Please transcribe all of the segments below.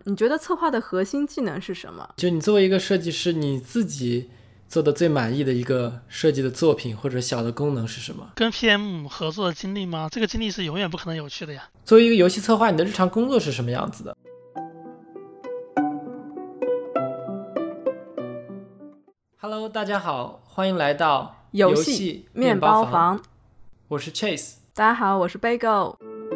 你觉得策划的核心技能是什么？ 就你作为一个设计师，你自己做的最满意的一个设计的作品或者小的功能是什么？ 跟 PM 合作的经历吗？这个经历是永远不可能有趣的呀。 作为一个游戏策划，你的日常工作是什么样子的？Hello， 大家好，欢迎来到游戏面包房。 我是 Chase。 大家好，我是 Bagel。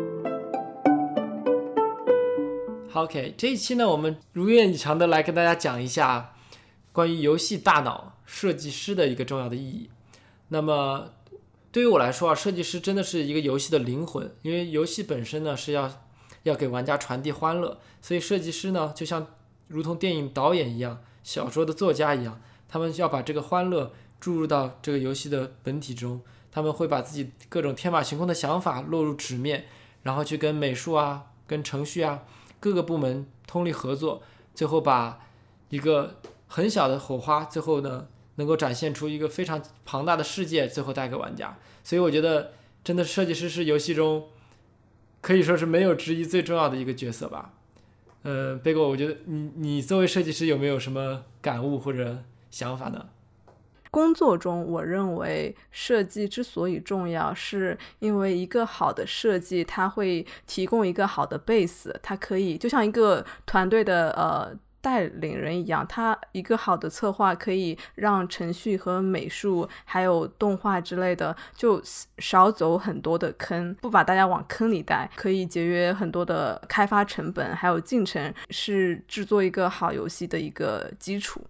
好 ，OK， 这一期呢，我们如愿以偿的来跟大家讲一下关于游戏大脑设计师的一个重要的意义。那么对于我来说啊，设计师真的是一个游戏的灵魂，因为游戏本身呢是要给玩家传递欢乐，所以设计师呢就像如同电影导演一样，小说的作家一样，他们要把这个欢乐注入到这个游戏的本体中，他们会把自己各种天马行空的想法落入纸面，然后去跟美术啊、跟程序啊各个部门通力合作，最后把一个很小的火花，最后呢能够展现出一个非常庞大的世界，最后带给玩家。所以我觉得真的设计师是游戏中可以说是没有之一最重要的一个角色吧。贝果，我觉得你作为设计师有没有什么感悟或者想法呢？ 工作中我认为设计之所以重要，是因为一个好的设计它会提供一个好的 base， 它可以就像一个团队的带领人一样，它一个好的策划可以让程序和美术还有动画之类的就少走很多的坑，不把大家往坑里带，可以节约很多的开发成本还有进程，是制作一个好游戏的一个基础。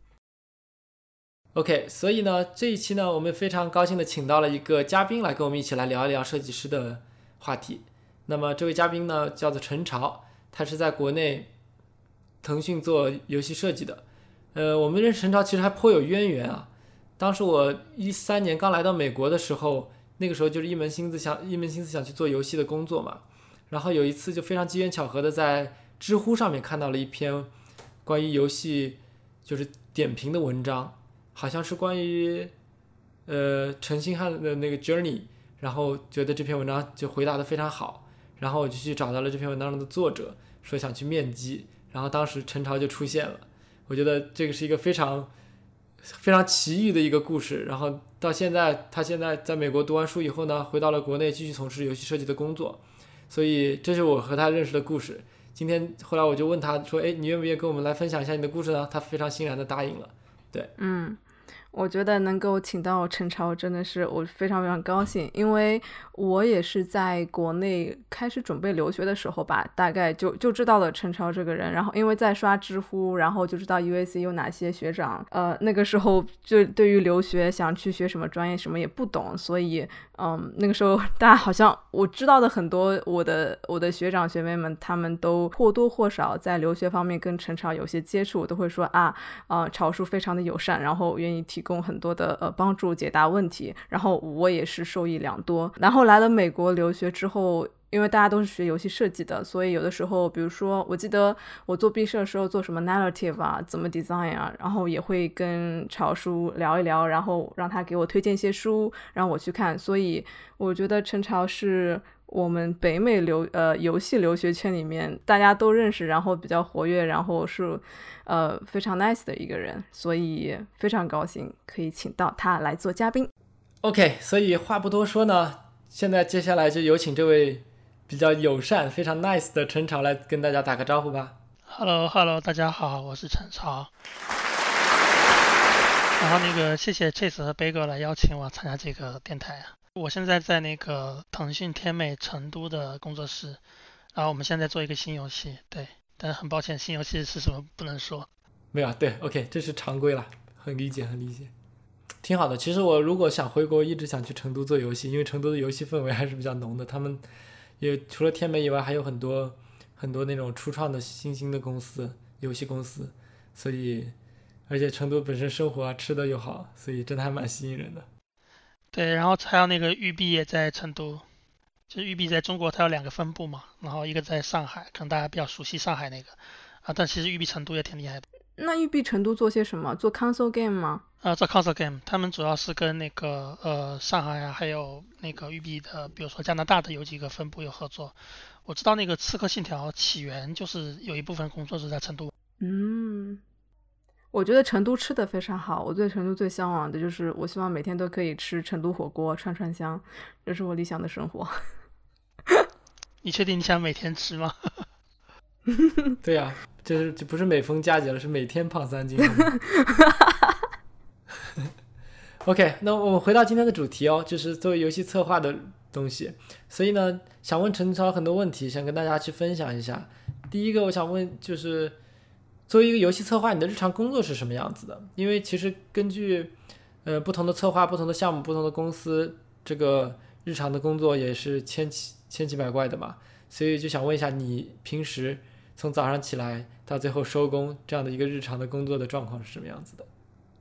OK， 所以呢，这一期呢，我们非常高兴的请到了一个嘉宾来跟我们一起来聊一聊设计师的话题。那么这位嘉宾呢，叫做陈朝，他是在国内腾讯做游戏设计的。我们认识陈朝其实还颇有渊源啊。当时我13年刚来到美国的时候，那个时候就是一门心思想去做游戏的工作嘛。然后有一次就非常机缘巧合的在知乎上面看到了一篇关于游戏就是点评的文章。好像是关于陈星汉的那个 Journey， 然后觉得这篇文章就回答的非常好，然后我就去找到了这篇文章的作者，说想去面基，然后当时陈朝就出现了。我觉得这个是一个非常非常奇遇的一个故事，然后到现在他现在在美国读完书以后呢，回到了国内继续从事游戏设计的工作，所以这是我和他认识的故事。今天后来我就问他说，你愿不愿意跟我们来分享一下你的故事呢？他非常欣然的答应了。对， 我觉得能够请到陈朝真的是我非常非常高兴，因为我也是在国内开始准备留学的时候吧，大概就知道了陈朝这个人，然后因为在刷知乎，然后就知道 UAC 有哪些学长，那个时候就对于留学想去学什么专业什么也不懂，所以那个时候大家好像我知道的很多我的学长学妹们，他们都或多或少在留学方面跟陈朝有些接触，都会说朝叔非常的友善，然后愿意提供很多的帮助解答问题，然后我也是受益良多。然后来了美国留学之后，因为大家都是学游戏设计的，所以有的时候比如说我记得我做毕设的时候做什么 narrative 啊，怎么 design 啊，然后也会跟朝叔聊一聊，然后让他给我推荐一些书让我去看，所以我觉得陈朝是我们北美游戏留学圈里面大家都认识，然后比较活跃，然后是非常 nice 的一个人，所以非常高兴可以请到他来做嘉宾。 OK， 所以话不多说呢，现在接下来就有请这位比较友善非常 nice 的陈朝来跟大家打个招呼吧。 Hello， 大家好，我是陈朝。然后谢谢 Chase 和 Bagel 来邀请我参加这个电台啊。我现在在那个腾讯天美成都的工作室，然后我们现在做一个新游戏，对，但是很抱歉新游戏是什么不能说。 没有，对 OK， 这是常规了，很理解挺好的。其实我如果想回国，一直想去成都做游戏，因为成都的游戏氛围还是比较浓的，他们也除了天美以外还有很多那种初创的新兴的公司，游戏公司，所以而且成都本身生活吃的又好，所以真的还蛮吸引人的。 对，然后还有那个育碧也在成都，就是育碧在中国它有2个分部嘛，然后一个在上海，可能大家比较熟悉上海那个但其实育碧成都也挺厉害的。 那育碧成都做些什么？做 console game 吗？ 做 console game， 他们主要是跟那个上海啊，还有那个育碧的，比如说加拿大的有几个分部有合作。 我知道那个《刺客信条：起源》就是有一部分工作是在成都。 我觉得成都吃的非常好，我对成都最向往的就是我希望每天都可以吃成都火锅串串香，这是我理想的生活。 你确定你想每天吃吗？ 对呀、就不是每逢佳节了，是每天胖3斤。OK， 那我们回到今天的主题哦，就是作为游戏策划的东西。所以呢，想问陈超很多问题，想跟大家去分享一下。第一个，我想问就是，作为一个游戏策划，你的日常工作是什么样子的？因为其实根据不同的策划、不同的项目、不同的公司，这个日常的工作也是千奇百怪的嘛。所以就想问一下，你平时从早上起来到最后收工这样的一个日常的工作的状况是什么样子的？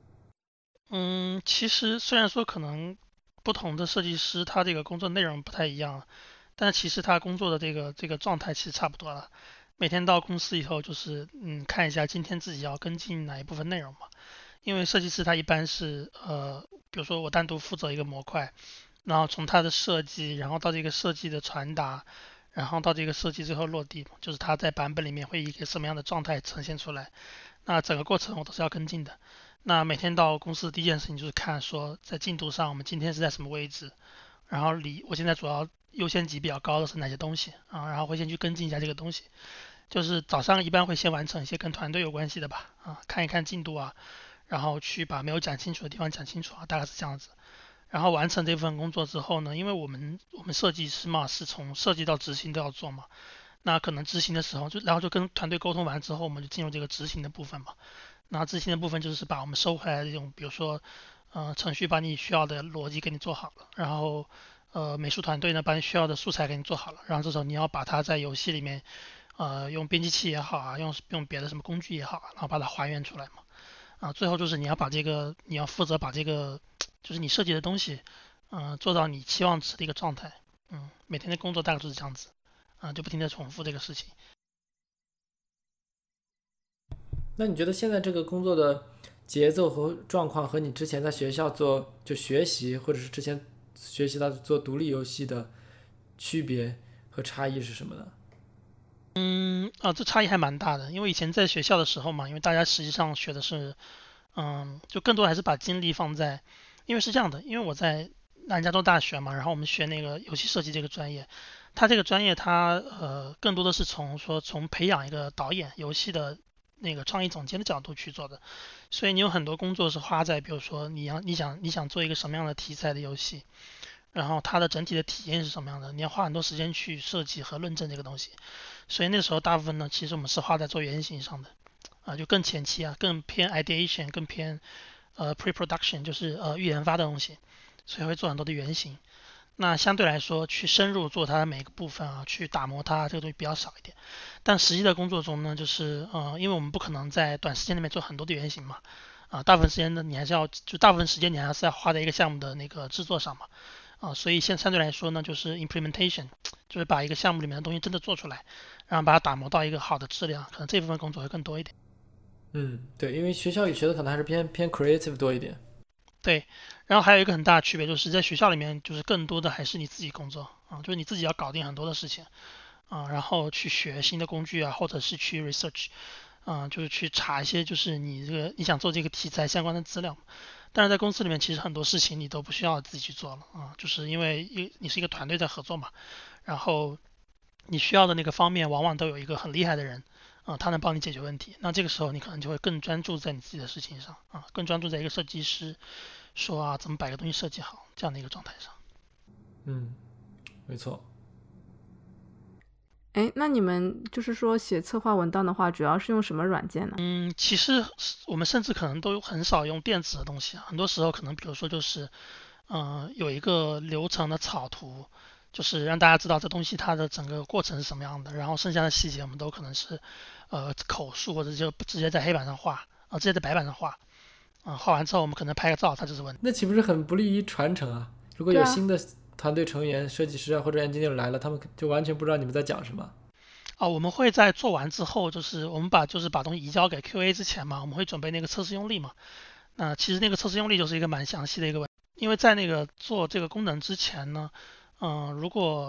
其实虽然说可能不同的设计师他这个工作内容不太一样，但其实他工作的这个状态其实差不多了。每天到公司以后就是看一下今天自己要跟进哪一部分内容嘛。因为设计师他一般是比如说我单独负责一个模块，然后从它的设计，然后到这个设计的传达，然后到这个设计最后落地，就是它在版本里面会以一个什么样的状态呈现出来。那整个过程我都是要跟进的。那每天到公司第一件事情就是看说在进度上我们今天是在什么位置，然后我现在主要优先级比较高的是哪些东西啊，然后会先去跟进一下这个东西。就是早上一般会先完成一些跟团队有关系的吧，看一看进度啊，然后去把没有讲清楚的地方讲清楚啊，大概是这样子。然后完成这份工作之后呢，因为我们设计师嘛，是从设计到执行都要做嘛，那可能执行的时候然后就跟团队沟通完之后，我们就进入这个执行的部分嘛。那执行的部分就是把我们收回来的这种，比如说，程序把你需要的逻辑给你做好了，然后，美术团队呢把你需要的素材给你做好了，然后这时候你要把它在游戏里面，用编辑器也好啊，用别的什么工具也好啊，然后把它还原出来嘛。最后就是你要负责把这个，就是你设计的东西，做到你期望值的一个状态。每天的工作大概就是这样子，就不停的重复这个事情。 那你觉得现在这个工作的节奏和状况和你之前在学校做就学习，或者是之前学习到做独立游戏的区别和差异是什么呢？ 这差异还蛮大的，因为以前在学校的时候嘛，因为大家实际上学的是，就更多还是把精力放在，因为是这样的，因为我在南加州大学嘛，然后我们学那个游戏设计这个专业，它这个专业它更多的是从培养一个导演、游戏的那个创意总监的角度去做的，所以你有很多工作是花在，比如说你想做一个什么样的题材的游戏，然后它的整体的体验是什么样的，你要花很多时间去设计和论证这个东西。所以那时候大部分呢，其实我们是花在做原型上的，就更前期啊，更偏 ideation，更偏pre-production，就是预研发的东西，所以会做很多的原型。那相对来说，去深入做它的每个部分啊，去打磨它，这个东西比较少一点。但实际的工作中呢，就是因为我们不可能在短时间里面做很多的原型嘛，大部分时间呢，大部分时间你还是要花在一个项目的那个制作上嘛，所以相对来说呢，就是 implementation，就是把一个项目里面的东西真的做出来，然后把它打磨到一个好的质量，可能这部分工作会更多一点。 对，因为学校里学的可能还是偏 creative 多一点。 对，然后还有一个很大的区别就是在学校里面，就是更多的还是你自己工作就是你自己要搞定很多的事情然后去学新的工具啊，或者是去 research，就是去查一些就是你想做这个题材相关的资料。但是在公司里面，其实很多事情你都不需要自己去做了就是因为你是一个团队在合作嘛，然后你需要的那个方面往往都有一个很厉害的人他能帮你解决问题。那这个时候你可能就会更专注在你自己的事情上更专注在一个设计师说怎么把一个东西设计好这样的一个状态上。 嗯，没错。 哎，那你们就是说写策划文档的话，主要是用什么软件呢？ 其实我们甚至可能都很少用电子的东西很多时候可能比如说就是有一个流程的草图，就是让大家知道这东西它的整个过程是什么样的，然后剩下的细节我们都可能是口述或者就直接在黑板上画直接在白板上画画完之后我们可能拍个照，它就是问题。 那岂不是很不利于传承啊？如果对啊， 有新的团队成员、设计师或者 engineer 来了，他们就完全不知道你们在讲什么。 我们会在做完之后，就是我们把东西移交给 QA 之前嘛，我们会准备那个测试用例嘛。那其实那个测试用例就是一个蛮详细的一个问题，因为在那个做这个功能之前呢，如果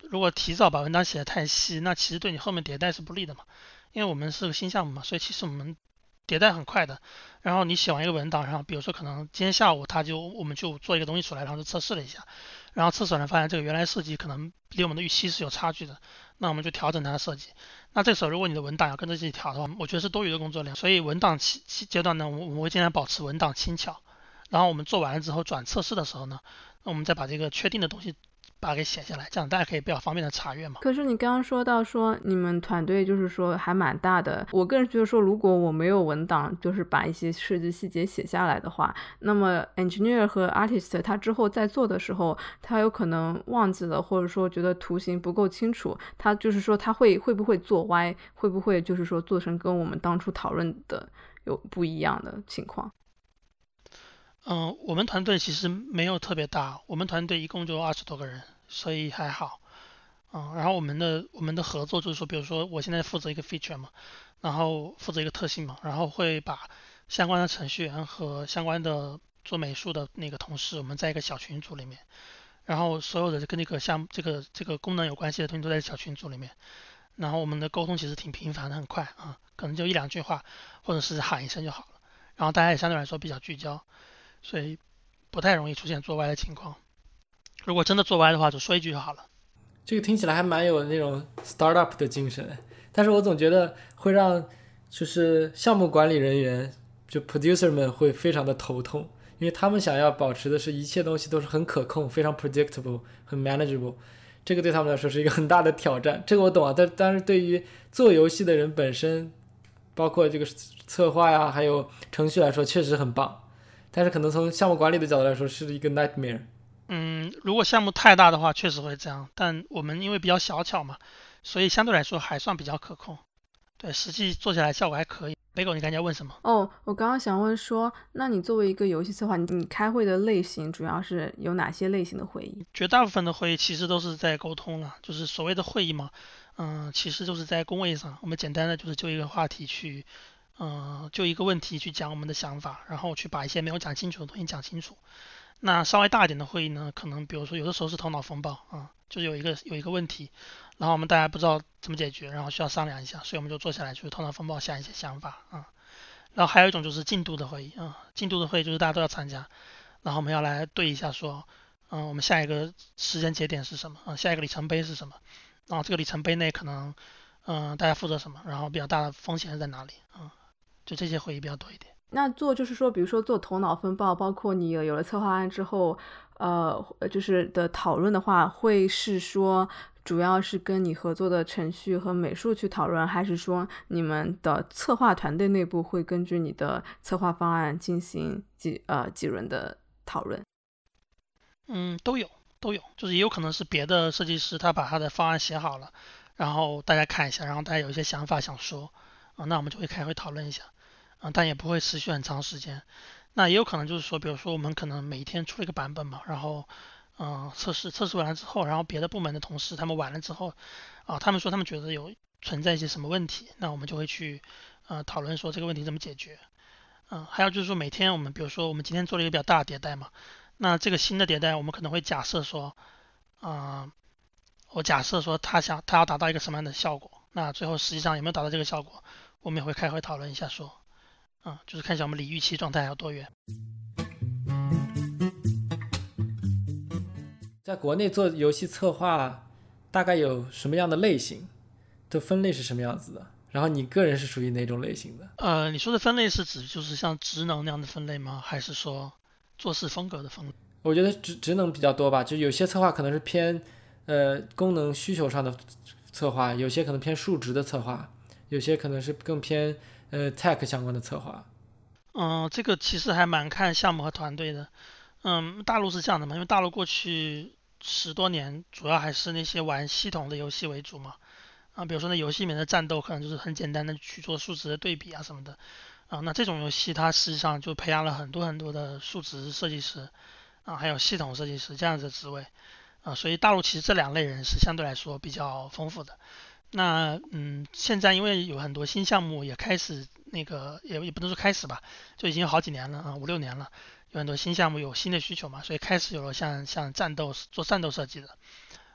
如果提早把文档写得太细，那其实对你后面迭代是不利的嘛。因为我们是个新项目嘛，所以其实我们迭代很快的。然后你写完一个文档，然后比如说可能今天下午我们就做一个东西出来，然后就测试了一下，然后测试完发现这个原来设计可能离我们的预期是有差距的，那我们就调整它的设计。那这个时候如果你的文档要跟着一起调的话，我觉得是多余的工作量。所以文档期阶段呢，我们会尽量保持文档轻巧，然后我们做完了之后转测试的时候呢，那我们再把这个确定的东西把它给写下来，这样大家可以比较方便的查阅嘛。 可是你刚刚说到说你们团队就是说还蛮大的，我个人觉得说如果我没有文档，就是把一些设计细节写下来的话，那么 engineer 和 artist 他之后在做的时候，他有可能忘记了，或者说觉得图形不够清楚，他就是说他会不会做歪，会不会就是说做成跟我们当初讨论的有不一样的情况。 我们团队其实没有特别大，我们团队一共就20多个人，所以还好。然后我们的合作就是说，比如说我现在负责一个 feature 嘛，然后负责一个特性嘛，然后会把相关的程序员和相关的做美术的那个同事，我们在一个小群组里面，然后所有的跟那个项目这个功能有关系的东西都在小群组里面，然后我们的沟通其实挺频繁的，很快啊，可能就一两句话，或者是喊一声就好了，然后大家也相对来说比较聚焦，所以不太容易出现做歪的情况。如果真的做歪的话，就说一句就好了。 这个听起来还蛮有那种 startup 的精神，但是我总觉得会让就是项目管理人员就 producer 们会非常的头痛，因为他们想要保持的是一切东西都是很可控，非常 predictable， 很 manageable， 这个对他们来说是一个很大的挑战。这个我懂啊，但是对于做游戏的人本身，包括这个策划呀还有程序来说确实很棒，但是可能从项目管理的角度来说是一个 nightmare。 如果项目太大的话，确实会这样。但我们因为比较小巧嘛，所以相对来说还算比较可控。对，实际做起来效果还可以。北狗，你刚才问什么？ 我刚刚想问说，那你作为一个游戏策划，你开会的类型主要是有哪些类型的会议？ 绝大部分的会议其实都是在沟通了，就是所谓的会议嘛，其实就是在工位上，我们简单的就是就一个话题去，就一个问题去讲我们的想法，然后去把一些没有讲清楚的东西讲清楚。那稍微大一点的会议呢，可能比如说有的时候是头脑风暴就是有一个问题，然后我们大家不知道怎么解决，然后需要商量一下，所以我们就坐下来就是头脑风暴想一些想法然后还有一种就是进度的会议进度的会议就是大家都要参加，然后我们要来对一下说，我们下一个时间节点是什么下一个里程碑是什么，然后这个里程碑内可能大家负责什么，然后比较大的风险在哪里就这些会议比较多一点。 那就是说，比如说做头脑风暴，包括你有了策划案之后，就是的讨论的话，会是说主要是跟你合作的程序和美术去讨论，还是说你们的策划团队内部会根据你的策划方案进行几轮的讨论？ 都有，就是也有可能是别的设计师他把他的方案写好了，然后大家看一下，然后大家有一些想法想说那我们就会开会讨论一下但也不会持续很长时间。那也有可能就是说，比如说我们可能每一天出了一个版本嘛，然后测试完了之后，然后别的部门的同事他们完了之后他们说他们觉得有存在一些什么问题，那我们就会去讨论说这个问题怎么解决。还有就是说每天我们比如说我们今天做了一个比较大的迭代嘛，那这个新的迭代我们可能会假设说我假设说他要达到一个什么样的效果，那最后实际上有没有达到这个效果，我们也会开会讨论一下说就是看一下我们离预期状态还有多远。 在国内做游戏策划大概有什么样的类型的分类是什么样子的，然后你个人是属于哪种类型的？ 你说的分类是指就是像职能那样的分类吗？还是说做事风格的分类？ 我觉得职能比较多吧，就有些策划可能是偏功能需求上的策划，有些可能偏数值的策划，有些可能是更偏tech 相关的策划。 这个其实还蛮看项目和团队的。大陆是这样的嘛，因为大陆过去10多年主要还是那些玩系统的游戏为主嘛。比如说那游戏里面的战斗可能就是很简单的去做数值的对比什么的。那这种游戏它实际上就培养了很多很多的数值设计师还有系统设计师这样子的职位所以大陆其实这两类人是相对来说比较丰富的。那现在因为有很多新项目也开始那个也不能说开始吧，就已经有好几年了5、6年了，有很多新项目有新的需求嘛，所以开始有了像做战斗设计的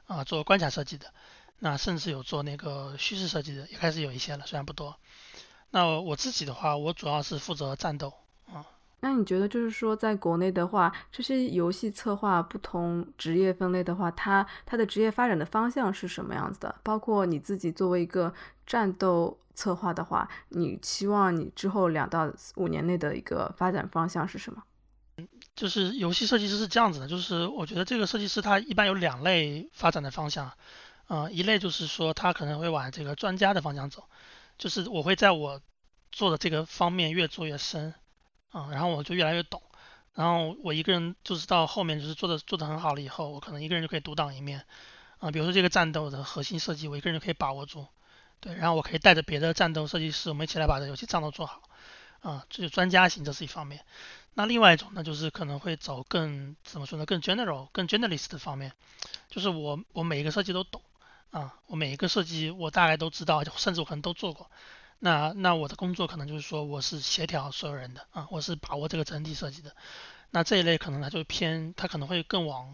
做关卡设计的，那甚至有做那个叙事设计的，也开始有一些了，虽然不多。那我自己的话，我主要是负责战斗啊。 那你觉得就是说，在国内的话，这些游戏策划不同职业分类的话，它的职业发展的方向是什么样子的？包括你自己作为一个战斗策划的话，你期望你之后2到5年内的一个发展方向是什么？ 就是游戏设计师是这样子的，就是我觉得这个设计师他一般有2类发展的方向，一类就是说他可能会往这个专家的方向走，就是我会在我做的这个方面越做越深，然后我就越来越懂，然后我一个人就是到后面就是做的很好了以后，我可能一个人就可以独当一面，比如说这个战斗的核心设计，我一个人就可以把握住，对，然后我可以带着别的战斗设计师，我们一起来把这游戏战斗做好，这就专家型，这是一方面。那另外一种呢，就是可能会走更怎么说呢，更 general、更 generalist 的方面，就是我每一个设计都懂，我每一个设计我大概都知道，甚至我可能都做过。那我的工作可能就是说我是协调所有人的，我是把握这个整体设计的。那这一类可能它就偏，它可能会更往，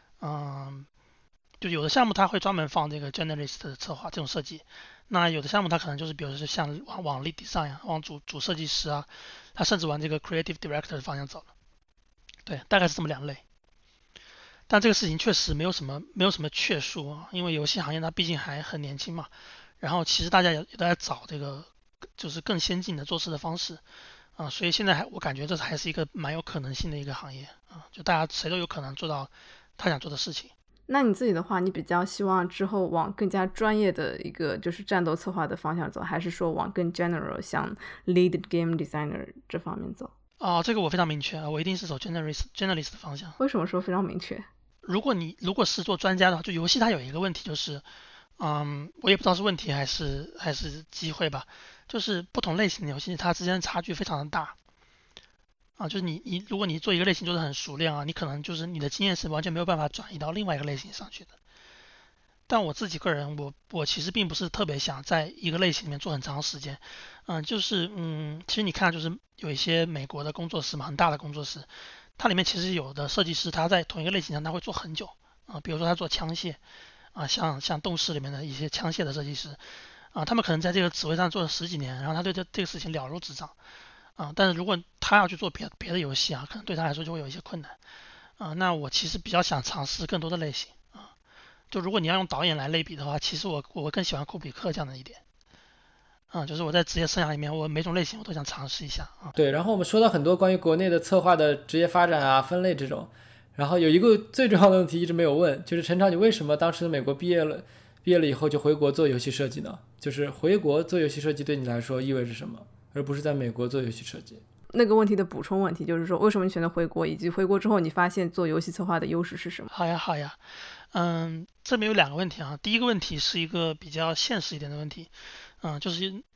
就有的项目它会专门放这个 generalist 的策划这种设计，那有的项目它可能就是比如说像往 lead design 啊，往主设计师啊，它甚至往这个 creative director 的方向走了。对，大概是这么2类。但这个事情确实没有什么确数啊，因为游戏行业它毕竟还很年轻嘛。然后其实大家也都在找这个就是更先进的做事的方式所以现在我感觉这还是一个蛮有可能性的一个行业就大家谁都有可能做到他想做的事情。 那你自己的话，你比较希望之后往更加专业的一个就是战斗策划的方向走，还是说往更 general 像 lead game designer 这方面走？ 这个我非常明确我一定是走 generalist 的方向。 为什么说非常明确？ 如果是做专家的话，就游戏它有一个问题就是，我也不知道是问题还是机会吧，就是不同类型的游戏它之间的差距非常的大就是如果你做一个类型做得很熟练你可能就是你的经验是完全没有办法转移到另外一个类型上去的。但我自己个人，我其实并不是特别想在一个类型里面做很长时间，其实你看就是有一些美国的工作室嘛，很大的工作室，它里面其实有的设计师他在同一个类型上他会做很久比如说他做枪械像动视里面的一些枪械的设计师他们可能在这个职位上做了10几年，然后他对这个事情了如指掌但是如果他要去做别的游戏可能对他来说就会有一些困难那我其实比较想尝试更多的类型就如果你要用导演来类比的话，其实我会更喜欢库比克这样的一点就是我在职业生涯里面，我每种类型我都想尝试一下对，然后我们说到很多关于国内的策划的职业发展分类这种，然后有一个最重要的问题一直没有问，就是陈超，你为什么当时美国毕业了以后就回国做游戏设计呢？就是回国做游戏设计对你来说意味着什么，而不是在美国做游戏设计？ 那个问题的补充问题就是说，为什么你选择回国，以及回国之后你发现做游戏策划的优势是什么？ 好呀，这边有2个问题第一个问题是一个比较现实一点的问题，就是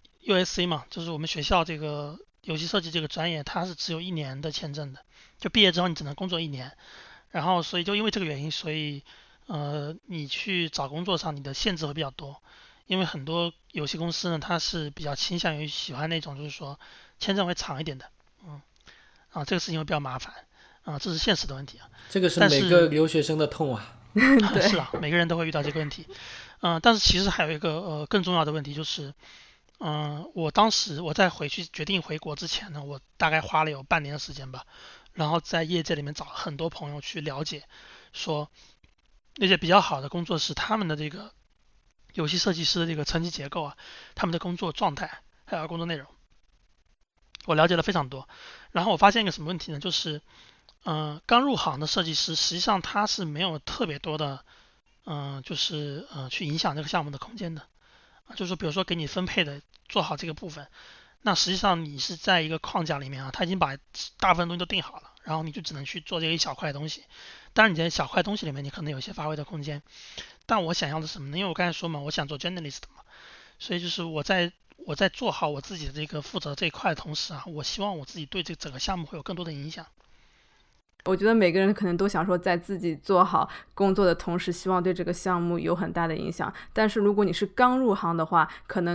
USC 嘛，就是我们学校这个游戏设计这个专业，它是只有1年的签证的，就毕业之后你只能工作1年，然后所以就因为这个原因，所以你去找工作上你的限制会比较多，因为很多游戏公司呢，它是比较倾向于喜欢那种就是说签证会长一点的，这个事情会比较麻烦这是现实的问题这个是每个留学生的痛是每个人都会遇到这个问题但是其实还有一个更重要的问题就是我当时我在决定回国之前呢，我大概花了有半年的时间吧，然后在业界里面找了很多朋友去了解，说那些比较好的工作室他们的这个游戏设计师的这个层级结构他们的工作状态还有工作内容，我了解了非常多。然后我发现一个什么问题呢？就是刚入行的设计师实际上他是没有特别多的就是去影响这个项目的空间的就是说比如说给你分配的做好这个部分，那实际上你是在一个框架里面他已经把大部分东西都定好了，然后你就只能去做这一小块东西。当然你在小块东西里面你可能有一些发挥的空间，但我想要的是什么呢？因为我刚才说嘛，我想做 generalist 嘛，所以就是我在做好我自己的这个负责这一块的同时我希望我自己对这整个项目会有更多的影响。 我觉得每个人可能都想说，在自己做好工作的同时，希望对这个项目有很大的影响。但是如果你是刚入行的话，可能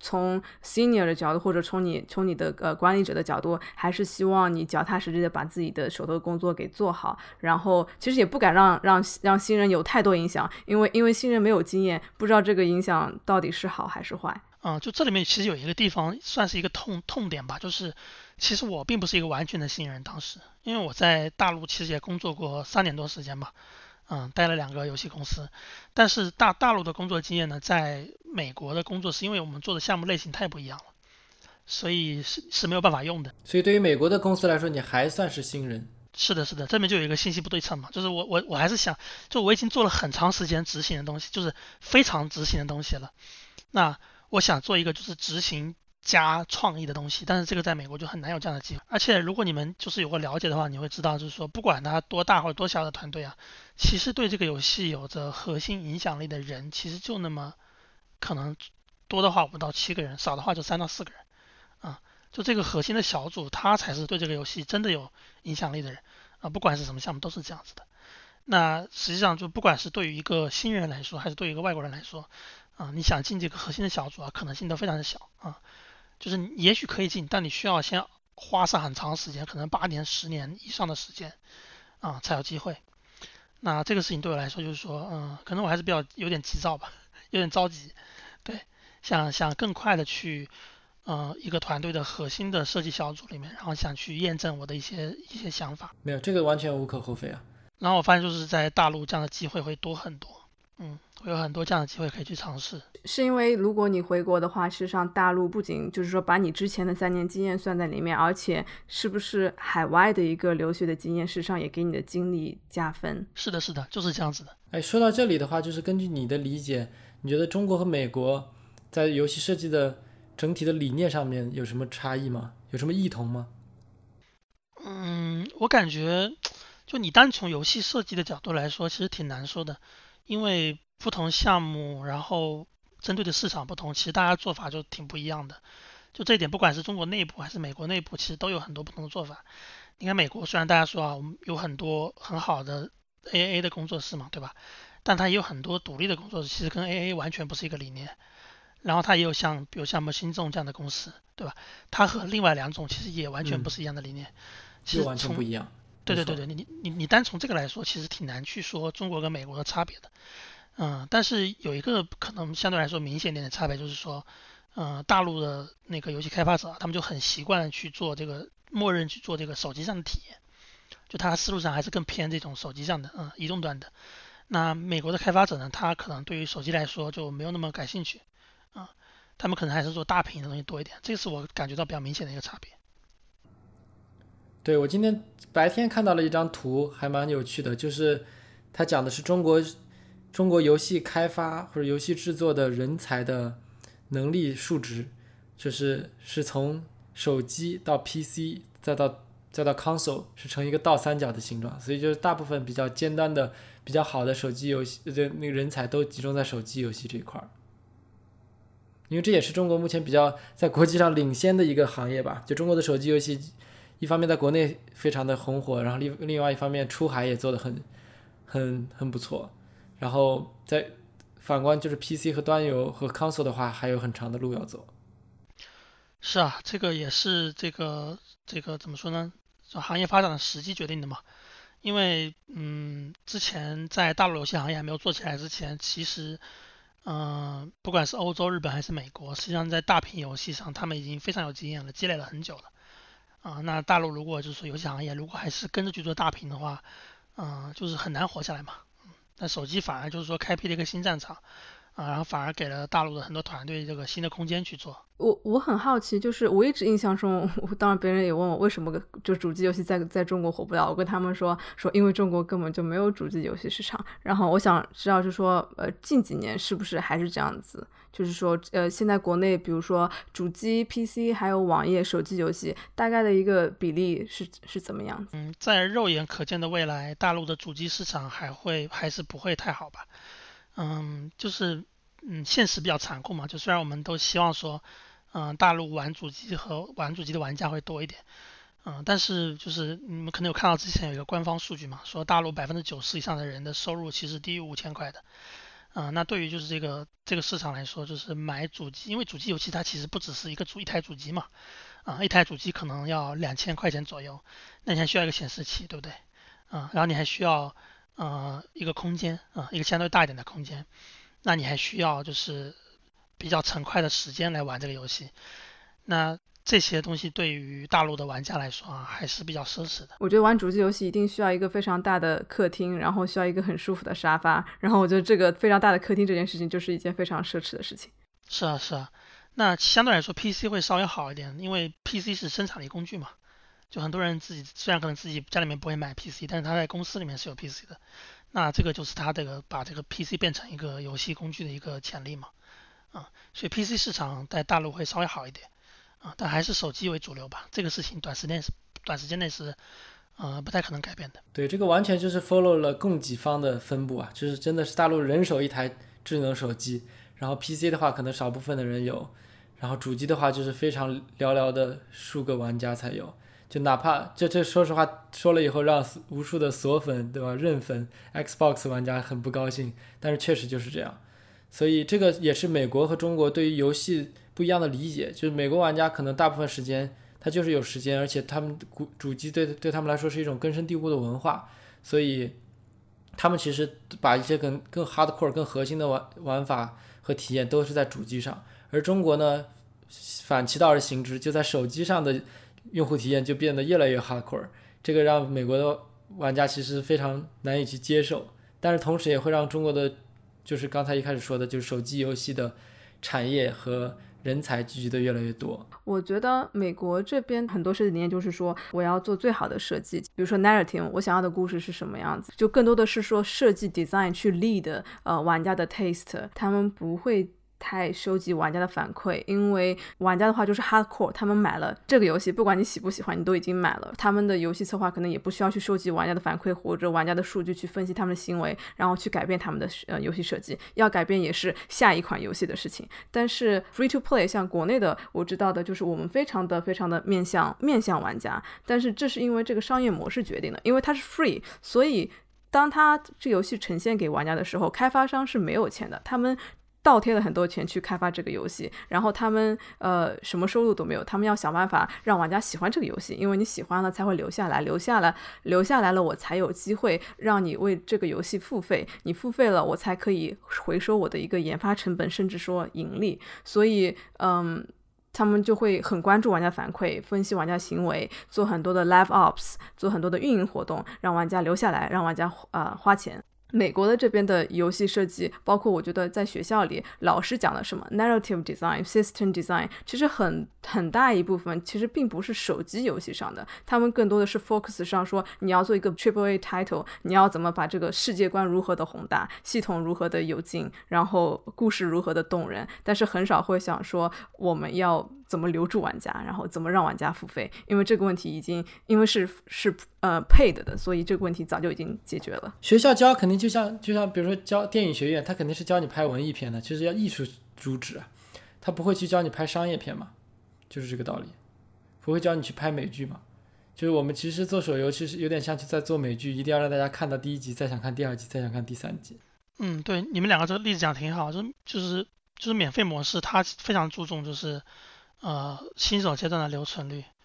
从 senior 的角度，或者从你的管理者的角度，还是希望你脚踏实地的把自己的手头工作给做好。然后其实也不敢让新人有太多影响，因为新人没有经验，不知道这个影响到底是好还是坏。 就这里面其实有一个地方算是一个痛点吧，就是其实我并不是一个完全的新人，当时因为我在大陆其实也工作过3年多时间吧，待了2个游戏公司，但是大陆的工作经验呢，在美国的工作是因为我们做的项目类型太不一样了，所以是没有办法用的。 所以对于美国的公司来说，你还算是新人。 是的，这里面就有一个信息不对称嘛，就是我还是想，就我已经做了很长时间执行的东西，就是非常执行的东西了，那我想做一个就是执行加创意的东西，但是这个在美国就很难有这样的机会。而且如果你们就是有个了解的话，你会知道，就是说不管它多大或者多小的团队啊，其实对这个游戏有着核心影响力的人，其实就那么可能多的话5到7个人，少的话就3到4个人啊。就这个核心的小组，他才是对这个游戏真的有影响力的人啊，不管是什么项目都是这样子的。那实际上就不管是对于一个新人来说，还是对于一个外国人来说，你想进这个核心的小组啊，可能性都非常的小啊。就是你也许可以进，但你需要先花上很长时间，可能8年、10年以上的时间才有机会。那这个事情对我来说就是说，可能我还是有点急躁吧，有点着急，对，想更快的去一个团队的核心的设计小组里面，然后想去验证我的一些想法。 没有，这个完全无可厚非啊。 然后我发现就是在大陆这样的机会会多很多，会有很多这样的机会可以去尝试。 是因为如果你回国的话，事实上大陆不仅就是说把你之前的3年经验算在里面，而且是不是海外的一个留学的经验，事实上也给你的经历加分。 是的，就是这样子的。 哎，说到这里的话，就是根据你的理解，你觉得中国和美国在游戏设计的整体的理念上面有什么差异吗？有什么异同吗？ 我感觉就你单从游戏设计的角度来说，其实挺难说的，因为不同项目，然后针对的市场不同，其实大家做法就挺不一样的。就这一点，不管是中国内部还是美国内部，其实都有很多不同的做法。你看美国，虽然大家说我们有很多很好的 AAA 的工作室嘛，对吧？但它也有很多独立的工作室，其实跟 AAA 完全不是一个理念。然后它也有比如像新众这样的公司，对吧？它和另外2种其实也完全不是一样的理念。其实完全不一样。 对，你单从这个来说，其实挺难去说中国跟美国的差别的。但是有一个可能相对来说明显点的差别，就是说，大陆的那个游戏开发者，他们就很习惯去做这个，默认去做这个手机上的体验，就他思路上还是更偏这种手机上的，移动端的。那美国的开发者呢，他可能对于手机来说就没有那么感兴趣，他们可能还是做大屏的东西多一点，这个是我感觉到比较明显的一个差别。 对，我今天白天看到了一张图，还蛮有趣的，就是它讲的是中国游戏开发或者游戏制作的人才的能力数值，就是从手机到 PC 再到 console 是成一个倒三角的形状，所以就是大部分比较尖端的比较好的手机游戏那个人才都集中在手机游戏这一块，因为这也是中国目前比较在国际上领先的一个行业吧。就中国的手机游戏一方面在国内非常的红火，然后另外一方面出海也做得很不错，然后在反观就是 PC 和端游和 console 的话还有很长的路要走。 是啊，这个也是这个怎么说呢，行业发展的时机决定的嘛。因为之前在大陆游戏行业还没有做起来之前，其实不管是欧洲、日本还是美国，实际上在大屏游戏上他们已经非常有经验了，积累了很久了。那大陆如果就是说游戏行业如果还是跟着去做大屏的话，就是很难活下来嘛。但手机反而就是说开辟了一个新战场，然后反而给了大陆的很多团队这个新的空间去做。 我很好奇，就是我一直印象中，当然别人也问我为什么就主机游戏在中国火不了，我跟他们说因为中国根本就没有主机游戏市场。然后我想知道就是说近几年是不是还是这样子，就是说现在国内比如说主机 PC 还有网页手机游戏大概的一个比例是怎么样子？ 在肉眼可见的未来，大陆的主机市场还是不会太好吧。就是现实比较残酷嘛，就虽然我们都希望说大陆玩主机的玩家会多一点，但是就是你们可能有看到之前有一个官方数据嘛，说大陆90%以上的人的收入其实低于5000块的， 那对于就是这个市场来说，就是买主机，因为主机游戏它其实不只是一台主机嘛，一台主机可能要2000块钱左右，那你还需要一个显示器，对不对？然后你还需要一个空间一个相对大一点的空间，那你还需要就是比较成块的时间来玩这个游戏，那这些东西对于大陆的玩家来说还是比较奢侈的。 我觉得玩主机游戏一定需要一个非常大的客厅，然后需要一个很舒服的沙发，然后我觉得这个非常大的客厅这件事情就是一件非常奢侈的事情。 是啊，是啊。那相对来说 PC 会稍微好一点，因为 PC 是生产力工具嘛，就很多人自己虽然可能自己家里面不会买 PC， 但是他在公司里面是有 PC 的，那这个就是他把这个 PC 变成一个游戏工具的一个潜力嘛，所以 PC 市场在大陆会稍微好一点，但还是手机为主流吧，这个事情短时间内是不太可能改变的。 对，这个完全就是 follow 了供给方的分布就是真的是大陆人手一台智能手机，然后 PC 的话可能少部分的人有，然后主机的话就是非常寥寥的数个玩家才有，就哪怕这说实话说了以后让无数的锁粉对吧认粉 Xbox 玩家很不高兴，但是确实就是这样。所以这个也是美国和中国对于游戏不一样的理解，就是美国玩家可能大部分时间他就是有时间，而且他们主机对他们来说是一种根深蒂固的文化，所以他们其实把一些更 hardcore 更核心的玩法和体验都是在主机上，而中国呢反其道而行之，就在手机上的用户体验就变得越来越 hardcore， 这个让美国的玩家其实非常难以去接受，但是同时也会让中国的就是刚才一开始说的就是手机游戏的产业和人才聚集的越来越多。 我觉得美国这边很多设计理念就是说我要做最好的设计，比如说 narrative 我想要的故事是什么样子，就更多的是说设计 design 去 lead 玩家的 taste， 他们不会太收集玩家的反馈，因为玩家的话就是 hardcore， 他们买了这个游戏不管你喜不喜欢你都已经买了，他们的游戏策划可能也不需要去收集玩家的反馈或者玩家的数据去分析他们的行为然后去改变他们的游戏设计，要改变也是下一款游戏的事情。但是 free to play 像国内的我知道的就是我们非常的面向玩家，但是这是因为这个商业模式决定的，因为它是 free， 所以当它这游戏呈现给玩家的时候开发商是没有钱的，他们倒贴了很多钱去开发这个游戏，然后他们什么收入都没有，他们要想办法让玩家喜欢这个游戏，因为你喜欢了才会留下来，留下来了我才有机会让你为这个游戏付费，你付费了我才可以回收我的一个研发成本甚至说盈利，所以他们就会很关注玩家反馈，分析玩家行为，做很多的 live ops， 做很多的运营活动，让玩家留下来，让玩家花钱。美国的这边的游戏设计，包括我觉得在学校里老师讲的什么 narrative design system design， 其实很大一部分其实并不是手机游戏上的，他们更多的是 focus 上说你要做一个 AAA title， 你要怎么把这个世界观如何的宏大，系统如何的有劲，然后故事如何的动人，但是很少会想说我们要怎么留住玩家，然后怎么让玩家付费，因为这个问题已经因为是paid 的，所以这个问题早就已经解决了。 学校教肯定就像比如说教电影学院，他肯定是教你拍文艺片的，就是要艺术主旨，他不会去教你拍商业片嘛，就是这个道理，不会教你去拍美剧嘛。就是我们其实做手游其实有点像在做美剧，一定要让大家看到第一集再想看第二集再想看第三集。 对，你们两个这个例子讲挺好，就是免费模式它非常注重就是新手阶段的留存率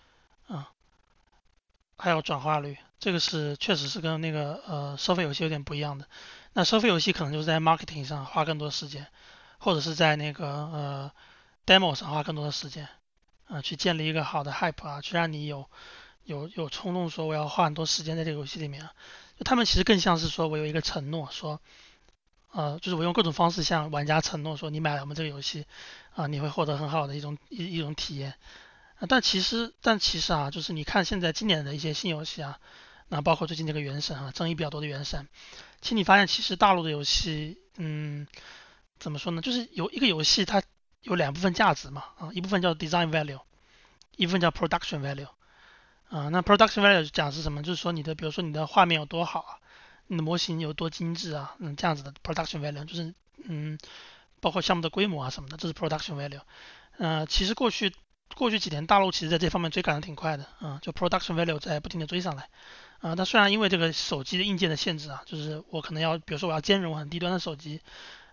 还有转化率，这个确实是跟那个收费游戏有点不一样的。那收费游戏可能就是在 marketing 上花更多时间，或者是在那个demo 上花更多的时间去建立一个好的 hype 去让你有冲动说我要花很多时间在这个游戏里面就他们其实更像是说我有一个承诺说就是我用各种方式向玩家承诺说你买了我们这个游戏你会获得很好的一种体验但其实就是你看现在今年的一些新游戏那包括最近这个原神争议比较多的原神，其实你发现其实大陆的游戏怎么说呢，就是有一个游戏它有两部分价值嘛一部分叫 design value， 一部分叫 production value那 production value 讲是什么，就是说比如说你的画面有多好你的模型有多精致这样子的 production value， 就是包括项目的规模什么的，这是 production value。其实过去几年大陆其实在这方面追赶的挺快的就 production value 在不停的追上来但虽然因为这个手机的硬件的限制就是我可能比如说我要兼容很低端的手机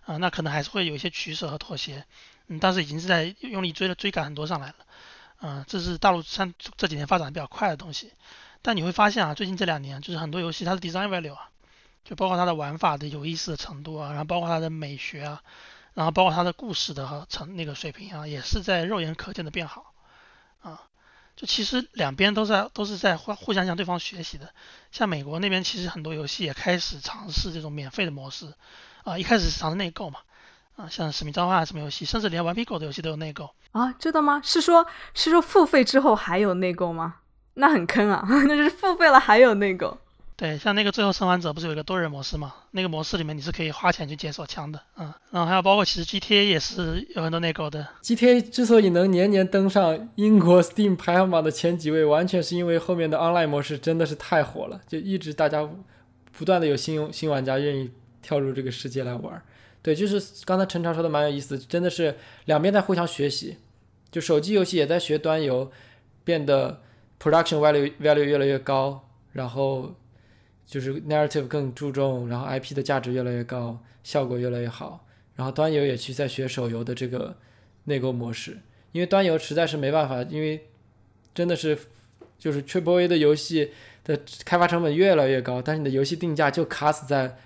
那可能还是会有一些取舍和妥协，但是已经是在用力追赶很多上来了。这是大陆像这几年发展比较快的东西。但你会发现啊，最近这2年就是很多游戏它的 design value 啊，就包括它的玩法的有意思的程度啊，然后包括它的美学啊，然后包括它的故事的那个水平啊，也是在肉眼可见的变好啊。就其实两边都是在互相向对方学习的。像美国那边其实很多游戏也开始尝试这种免费的模式一开始是尝试内购嘛像使命召唤什么游戏，甚至连顽皮狗的游戏都有内购啊，知道吗？是说付费之后还有内购吗？那很坑啊，那就是付费了还有内购。 对，像那个最后生还者不是有一个多人模式嘛？那个模式里面你是可以花钱去解锁枪的，然后还有包括其实 GTA 也是有很多内购的。 GTA 之所以能年年登上英国 Steam 排行榜的前几位，完全是因为后面的 online 模式真的是太火了，就一直大家不断的有新玩家愿意跳入这个世界来玩。对，就是刚才陈超说的蛮有意思，真的是两边在互相学习，就手机游戏也在学端游，变得 production value 越来越高，然后就是 narrative 更注重，然后 IP 的价值越来越高，效果越来越好，然后端游也去在学手游的这个内购模式，因为端游实在是没办法，因为真的是就是 AAA 的游戏的开发成本越来越高，但是你的游戏定价就卡死在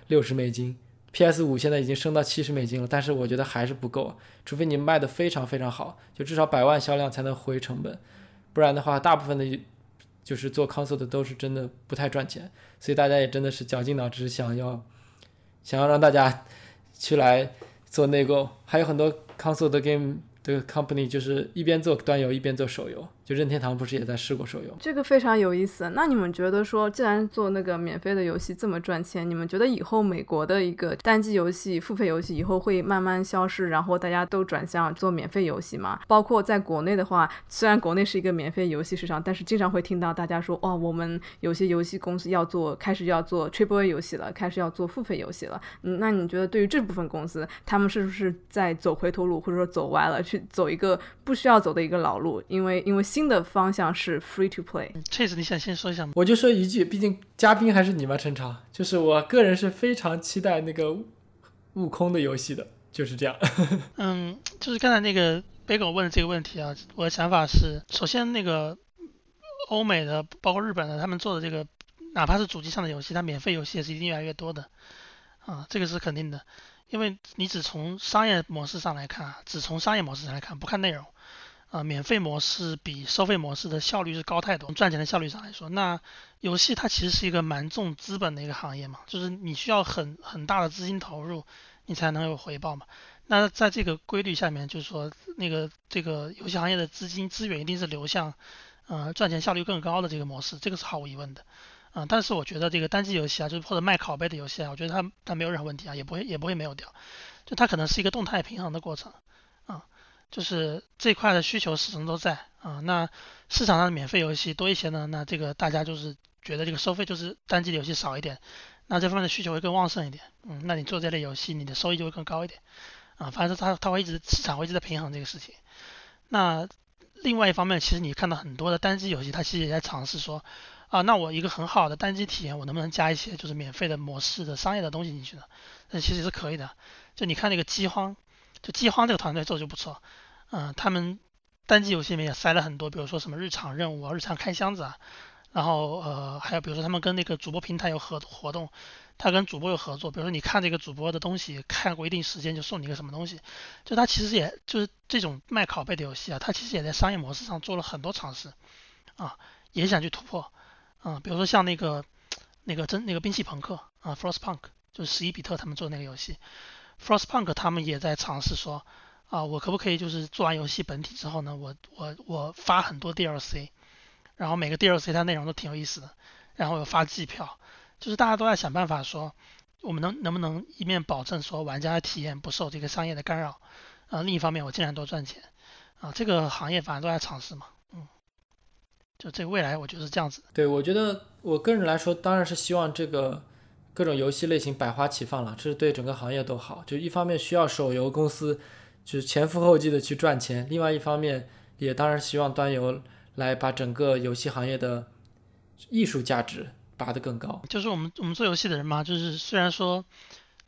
$60。PS5 现在已经升到$70了，但是我觉得还是不够，除非你卖的非常非常好，就至少100万销量才能回成本，不然的话大部分的就是做 console 的都是真的不太赚钱，所以大家也真的是绞尽脑汁想要让大家去来做内购，还有很多 console 的 game 的 company 就是一边做端游一边做手游，就任天堂不是也在试过手游？ 这个非常有意思。那你们觉得说，既然做那个免费的游戏这么赚钱，你们觉得以后美国的一个单机游戏付费游戏以后会慢慢消失，然后大家都转向做免费游戏吗？包括在国内的话，虽然国内是一个免费游戏市场，但是经常会听到大家说，我们有些游戏公司开始要做 AAA 游戏了，开始要做付费游戏了。那你觉得对于这部分公司，他们是不是在走回头路，或者说走歪了，去走一个不需要走的一个老路？因为新的方向是 free to play。 Chase 你想先说一下吗？ 我就说一句，毕竟嘉宾还是你嘛，陈超，就是我个人是非常期待那个悟空的游戏的，就是这样。 就是刚才那个贝狗问的这个问题啊，我的想法是，首先那个欧美的包括日本的他们做的这个哪怕是主机上的游戏，它免费游戏也是一定越来越多的这个是肯定的。因为你只从商业模式上来看，不看内容免费模式比收费模式的效率是高太多，从赚钱的效率上来说，那游戏它其实是一个蛮重资本的一个行业嘛，就是你需要很大的资金投入，你才能有回报嘛。那在这个规律下面，就是说这个游戏行业的资源一定是流向赚钱效率更高的这个模式，这个是毫无疑问的但是我觉得这个单机游戏就是或者卖拷贝的游戏我觉得它没有任何问题也不会没有掉，就它可能是一个动态平衡的过程就是这块的需求始终都在那市场上的免费游戏多一些呢，那这个大家就是觉得这个收费就是单机的游戏少一点，那这方面的需求会更旺盛一点那你做这类游戏你的收益就会更高一点反正它会市场会一直在平衡这个事情。那另外一方面，其实你看到很多的单机游戏，它其实也在尝试说那我一个很好的单机体验，我能不能加一些就是免费的模式的商业的东西进去呢？那其实是可以的。就你看那个饥荒，就饥荒这个团队做就不错，他们单机游戏里面也塞了很多，比如说什么日常任务日常开箱子然后还有比如说他们跟那个主播平台有活动，他跟主播有合作，比如说你看这个主播的东西，看过一定时间就送你一个什么东西，就他其实也就是这种卖拷贝的游戏他其实也在商业模式上做了很多尝试也想去突破比如说像那个兵器朋克Frostpunk 就是11比特他们做的那个游戏 Frostpunk 他们也在尝试说我可不可以就是做完游戏本体之后呢，我发很多 DLC， 然后每个 DLC 它内容都挺有意思的，然后有发季票，就是大家都在想办法说我们能不能一面保证说玩家的体验不受这个商业的干扰另一方面我尽量多赚钱这个行业反正都在尝试嘛就这个未来我觉得是这样子。 对，我觉得我个人来说当然是希望这个各种游戏类型百花齐放了，这是对整个行业都好，就一方面需要手游公司就是前赴后继的去赚钱，另外一方面也当然希望端游来把整个游戏行业的艺术价值拔得更高。 就是我们做游戏的人嘛，就是虽然说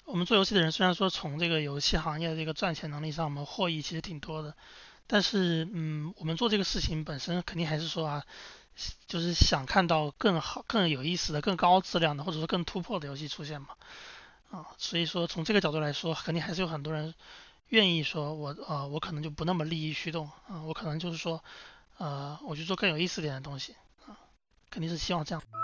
我们做游戏的人虽然说从这个游戏行业的这个赚钱能力上，我们获益其实挺多的，但是我们做这个事情本身肯定还是说啊，就是想看到更好、更有意思的、更高质量的，或者说更突破的游戏出现嘛。所以说从这个角度来说，肯定还是有很多人愿意说我可能就不那么利益驱动我可能就是说我去做更有意思点的东西肯定是希望这样。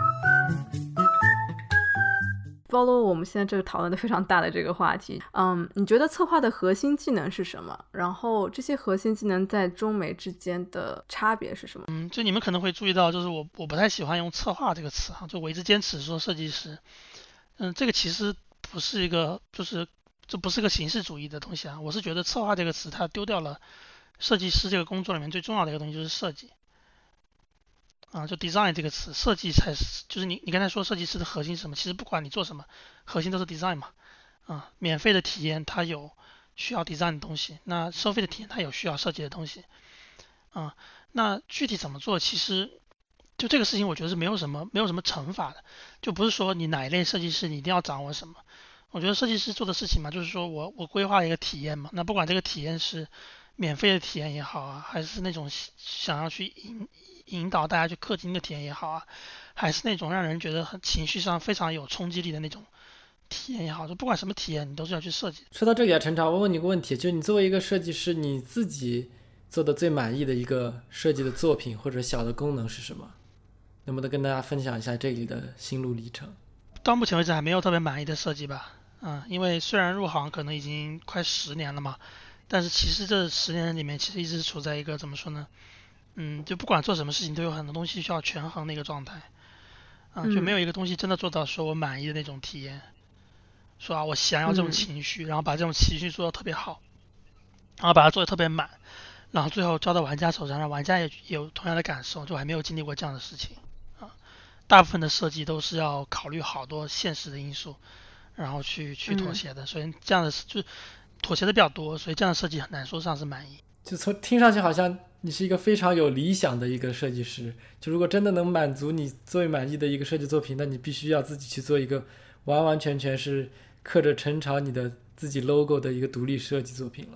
follow 我们现在这个讨论的非常大的这个话题，你觉得策划的核心技能是什么？然后这些核心技能在中美之间的差别是什么？ 就你们可能会注意到，就是我不太喜欢用策划这个词就我一直坚持说设计师，这个其实不是一个，就是这不是个形式主义的东西我是觉得策划这个词它丢掉了设计师这个工作里面最重要的一个东西，就是设计。就 design 这个词，设计才是，就是你刚才说设计师的核心是什么？其实不管你做什么，核心都是 design 嘛。免费的体验它有需要 design 的东西，那收费的体验它有需要设计的东西。那具体怎么做，其实就这个事情，我觉得是没有什么惩罚的，就不是说你哪一类设计师你一定要掌握什么。我觉得设计师做的事情嘛，就是说我规划一个体验嘛，那不管这个体验是免费的体验也好还是那种想要去引导大家去氪金的体验也好还是那种让人觉得很情绪上非常有冲击力的那种体验也好，就不管什么体验，你都是要去设计。 说到这里陈超，我问你个问题，就是你作为一个设计师，你自己做的最满意的一个设计的作品或者小的功能是什么？能不能跟大家分享一下这里的心路历程？ 到目前为止还没有特别满意的设计吧。因为虽然入行可能已经快10年了嘛，但是其实这10年里面其实一直处在一个怎么说呢？就不管做什么事情都有很多东西需要权衡的一个状态。就没有一个东西真的做到说我满意的那种体验。说我想要这种情绪，然后把这种情绪做得特别好，然后把它做得特别满，然后最后交到玩家手上，让玩家也有同样的感受，就还没有经历过这样的事情。大部分的设计都是要考虑好多现实的因素，然后去妥协的，所以这样的就妥协的比较多，所以这样的设计很难说上是满意。 就从听上去好像你是一个非常有理想的一个设计师，就如果真的能满足你最满意的一个设计作品，那你必须要自己去做一个完完全全是刻着陈朝你的自己 logo 的一个独立设计作品了。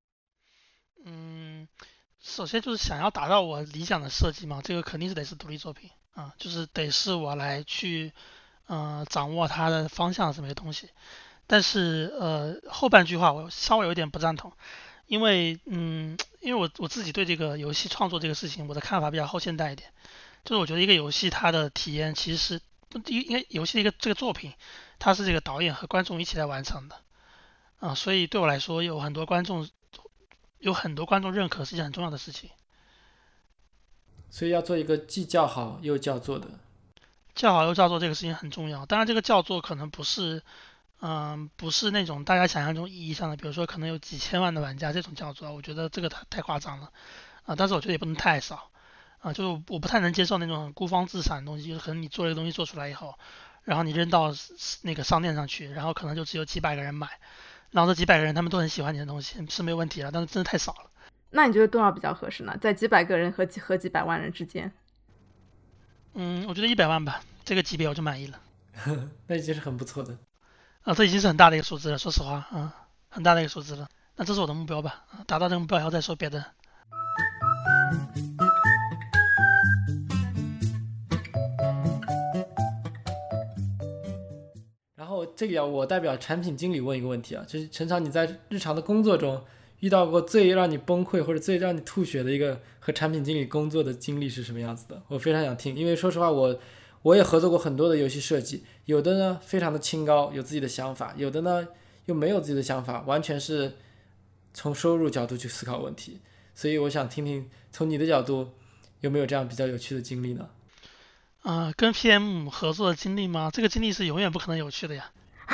首先就是想要达到我理想的设计嘛，这个肯定是得是独立作品就是得是我来去掌握它的方向什么东西。但是后半句话我稍微有点不赞同，因为我自己对这个游戏创作这个事情我的看法比较后现代一点，就是我觉得一个游戏它的体验其实是应该游戏的这个作品，它是这个导演和观众一起来完成的所以对我来说有很多观众认可是一件很重要的事情。 所以要做一个既叫好又叫座的。 叫好又叫座这个事情很重要，当然这个叫座可能不是那种大家想象中意义上的，比如说可能有几千万的玩家这种叫座，我觉得这个太夸张了但是我觉得也不能太少就是我不太能接受那种很孤芳自赏的东西，就是可能你做了一个东西做出来以后，然后你扔到那个商店上去，然后可能就只有几百个人买，然后这几百个人他们都很喜欢你的东西是没有问题了，但是真的太少了。 那你觉得多少比较合适呢？在几百个人和几百万人之间？ 我觉得100万吧，这个级别我就满意了。 那已经是很不错的这已经是很大的一个数字了，说实话很大的一个数字了。那这是我的目标吧，达到这个目标以后再说别的。 然后这里我代表产品经理问一个问题就是陈超，你在日常的工作中遇到过最让你崩溃或者最让你吐血的一个和产品经理工作的经历是什么样子的？我非常想听，因为说实话我也合作过很多的游戏设计，有的呢非常的清高，有自己的想法，有的呢又没有自己的想法，完全是从收入角度去思考问题。所以我想听听从你的角度有没有这样比较有趣的经历呢？ 跟 PM 合作的经历吗？这个经历是永远不可能有趣的呀。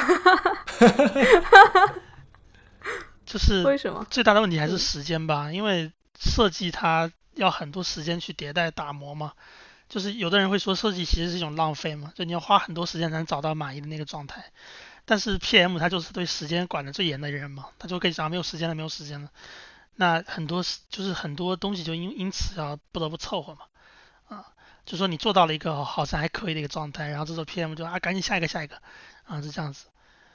就是为什么？ 最大的问题还是时间吧，因为设计它要很多时间去迭代打磨嘛。就是有的人会说设计其实是一种浪费嘛，就你要花很多时间才能找到满意的那个状态。但是 PM 他就是对时间管得最严的人嘛，他就可以讲没有时间了，没有时间了。那很多东西就因此要不得不凑合嘛。就说你做到了一个好像还可以的一个状态，然后这时候 PM 就赶紧下一个是这样子。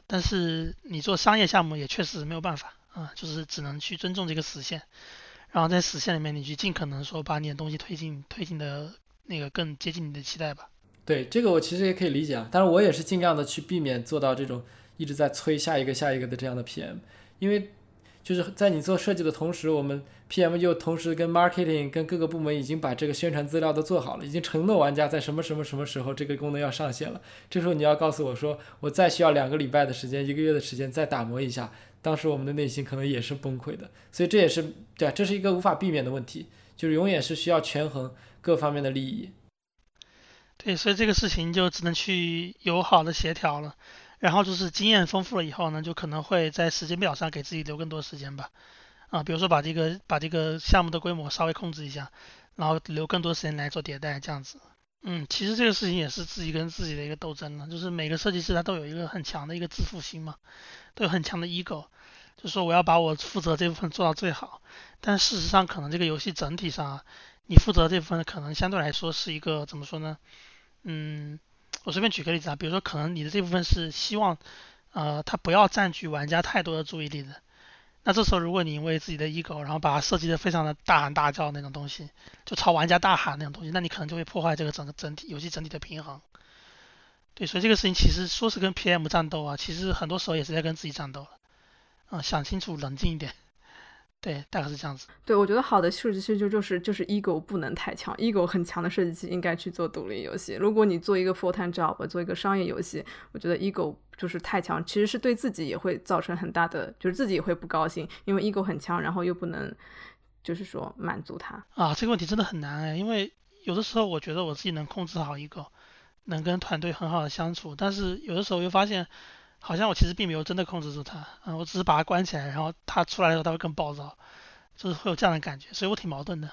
但是你做商业项目也确实没有办法就是只能去尊重这个实现，然后在实现里面你去尽可能说把你的东西推进的那个更接近你的期待吧。 对，这个我其实也可以理解啊，但是我也是尽量的去避免做到这种一直在催下一个的这样的 PM， 因为就是在你做设计的同时，我们 PM 又同时跟 marketing 跟各个部门已经把这个宣传资料都做好了，已经承诺玩家在什么时候这个功能要上线了。这时候你要告诉我说，我再需要2个礼拜的时间，1个月的时间再打磨一下，当时我们的内心可能也是崩溃的。所以这也是对，这是一个无法避免的问题，就是永远是需要权衡各方面的利益。 对，所以这个事情就只能去友好的协调了。然后就是经验丰富了以后呢，就可能会在时间表上给自己留更多时间吧。比如说把这个项目的规模稍微控制一下，然后留更多时间来做迭代，这样子。其实这个事情也是自己跟自己的一个斗争了，就是每个设计师他都有一个很强的一个自负心嘛，都有很强的 ego，就说我要把我负责这部分做到最好。但事实上，可能这个游戏整体上你负责这部分可能相对来说是一个怎么说呢？我随便举个例子比如说可能你的这部分是希望它不要占据玩家太多的注意力的。那这时候如果你因为自己的 ego，然后把它设计的非常的大喊大叫那种东西，就朝玩家大喊那种东西，那你可能就会破坏这个整体游戏整体的平衡。对，所以这个事情其实说是跟 PM 战斗其实很多时候也是在跟自己战斗了。想清楚，冷静一点。对，大概是这样子。 对，我觉得好的设计师就是 ego 不能太强，ego 很强的设计师应该去做独立游戏。如果你做一个 full time job， 做一个商业游戏，我觉得 ego 就是太强，其实是对自己也会造成很大的，就是自己也会不高兴，因为 ego 很强，然后又不能就是说满足他这个问题真的很难因为有的时候我觉得我自己能控制好ego，能跟团队很好的相处，但是有的时候又发现好像我其实并没有真的控制住他，我只是把他关起来，然后他出来的时候他会更暴躁，就是会有这样的感觉，所以我挺矛盾的。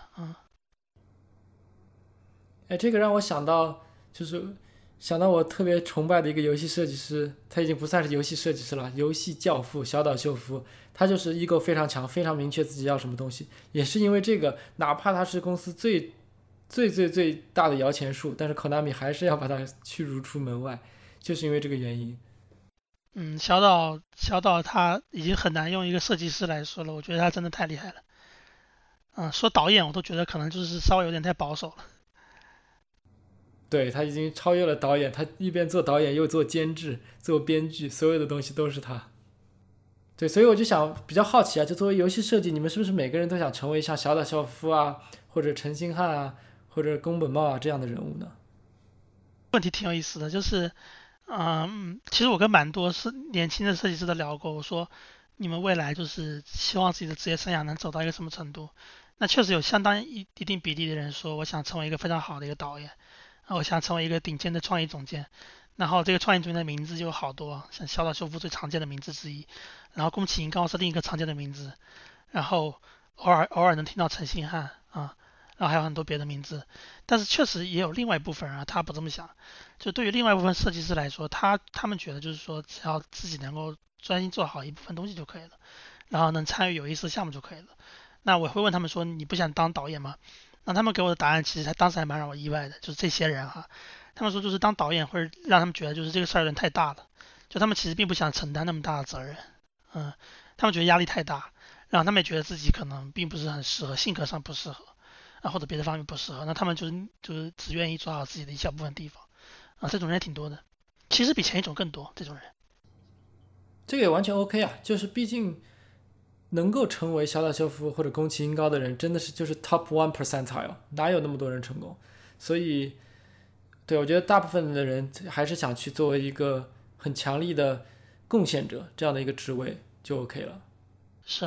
这个让我想到，就是想到我特别崇拜的一个游戏设计师，他已经不算是游戏设计师了，游戏教父小岛秀夫，他就是 ego 非常强，非常明确自己要什么东西，也是因为这个，哪怕他是公司最大的摇钱树，但是 Konami 还是要把他驱逐出门外，就是因为这个原因。 小岛他已经很难用一个设计师来说了，我觉得他真的太厉害了。说导演我都觉得可能就是稍微有点太保守了。 对，他已经超越了导演，他一边做导演又做监制、做编剧，所有的东西都是他。对，所以我就想比较好奇就作为游戏设计，你们是不是每个人都想成为像小岛秀夫或者陈星汉或者宫本茂这样的人物呢？ 问题挺有意思的，就是其实我跟蛮多年轻的设计师都聊过，我说你们未来就是希望自己的职业生涯能走到一个什么程度？那确实有相当一定比例的人说，我想成为一个非常好的一个导演，我想成为一个顶尖的创意总监。然后这个创意总监的名字就有好多，像小岛秀夫最常见的名字之一，然后宫崎英高是另一个常见的名字，然后偶尔能听到陈星汉然后还有很多别的名字。但是确实也有另外一部分人他不这么想，就对于另外一部分设计师来说，他们觉得就是说只要自己能够专心做好一部分东西就可以了，然后能参与有意思的项目就可以了。那我会问他们说你不想当导演吗？那他们给我的答案其实当时还蛮让我意外的，就是这些人他们说就是当导演会让他们觉得就是这个事儿有点太大了，就他们其实并不想承担那么大的责任，他们觉得压力太大，然后他们也觉得自己可能并不是很适合，性格上不适合或者别的方面不适合，那他们就是只愿意做好自己的一小部分地方这种人也挺多的，其实比前一种更多这种人。 这个也完全 OK 就是毕竟能够成为小岛秀夫或者宫崎英高的人，真的是就是 top 1 percentile， 哪有那么多人成功？所以，对，我觉得大部分的人还是想去作为一个很强力的贡献者这样的一个职位就 OK 了。 是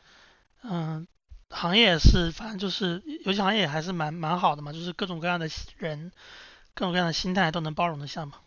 行业也是，反正就是游戏行业也还是蛮好的嘛，就是各种各样的人，各种各样的心态都能包容得下嘛。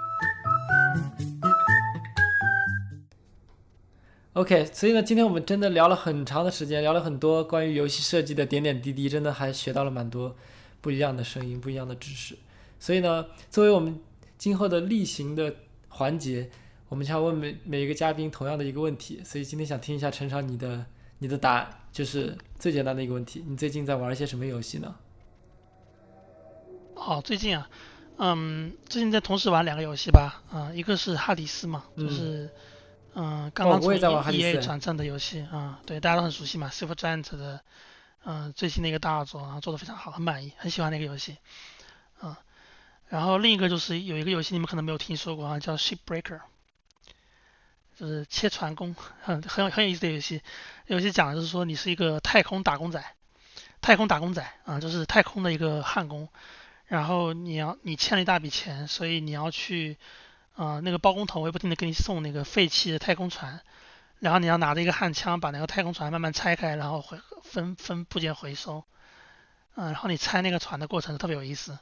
OK， 所以呢，今天我们真的聊了很长的时间，聊了很多关于游戏设计的点点滴滴，真的还学到了蛮多不一样的声音，不一样的知识。所以呢，作为我们今后的例行的环节，我们想问每一个嘉宾同样的一个问题，所以今天想听一下陈超你的答案，就是最简单的一个问题，你最近在玩一些什么游戏呢？ 最近最近在同时玩2个游戏吧，一个是哈迪斯嘛，就是刚刚从我也在玩哈迪斯 EA 转正的游戏对，大家都很熟悉嘛 ，Silver Giant 的最新的一个大作，然后做得非常好，很满意，很喜欢那个游戏。然后另一个就是有一个游戏你们可能没有听说过叫 Shipbreaker， 就是切船工，很有意思的游戏。游戏讲的就是说你是一个太空打工仔就是太空的一个焊工，然后你欠了一大笔钱，所以你要去那个包工头会不停的给你送那个废弃的太空船，然后你要拿着一个焊枪把那个太空船慢慢拆开，然后分部件回收，然后你拆那个船的过程特别有意思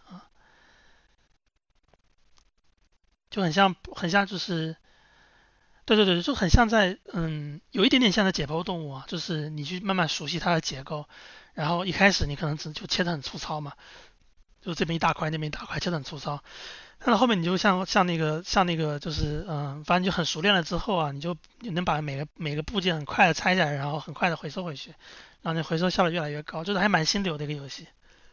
就很像就是对，就很像在有一点点像在解剖动物就是你去慢慢熟悉它的结构，然后一开始你可能就切得很粗糙嘛，就这边一大块那边一大块切得很粗糙，但是后面你就像那个就是反正就很熟练了之后你能把每个部件很快的拆下来，然后很快的回收回去，然后你回收效率越来越高，就是还蛮心流的一个游戏。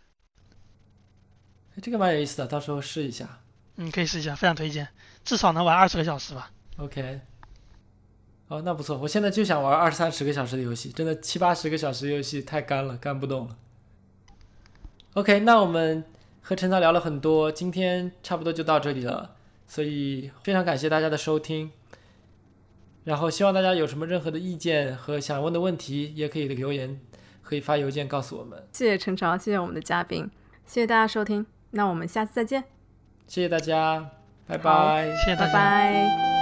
这个蛮有意思的，到时候试一下。 可以试一下，非常推荐，至少能玩20个小时吧。 OK， 那不错，我现在就想玩20-30个小时的游戏，真的70-80个小时的游戏太干了，干不动了。OK， 那我们和陈涛聊了很多，今天差不多就到这里了，所以非常感谢大家的收听。然后希望大家有什么任何的意见和想问的问题，也可以留言，可以发邮件告诉我们。 谢谢陈潮，谢谢我们的嘉宾，谢谢大家收听，那我们下次再见。 谢谢大家，拜拜。 谢谢大家， 拜拜。